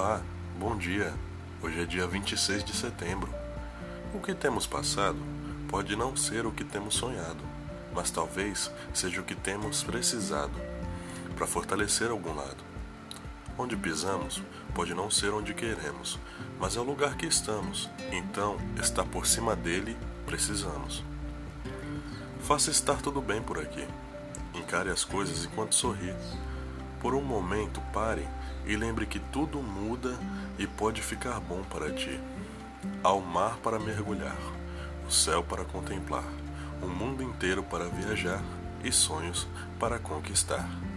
Olá, bom dia. Hoje é dia 26 de setembro. O que temos passado pode não ser o que temos sonhado, mas talvez seja o que temos precisado para fortalecer algum lado. Onde pisamos pode não ser onde queremos, mas é o lugar que estamos, então estar por cima dele precisamos. Faça estar tudo bem por aqui. Encare as coisas enquanto sorri. Por um momento pare e lembre que tudo muda e pode ficar bom para ti. Há o mar para mergulhar, o céu para contemplar, o mundo inteiro para viajar e sonhos para conquistar.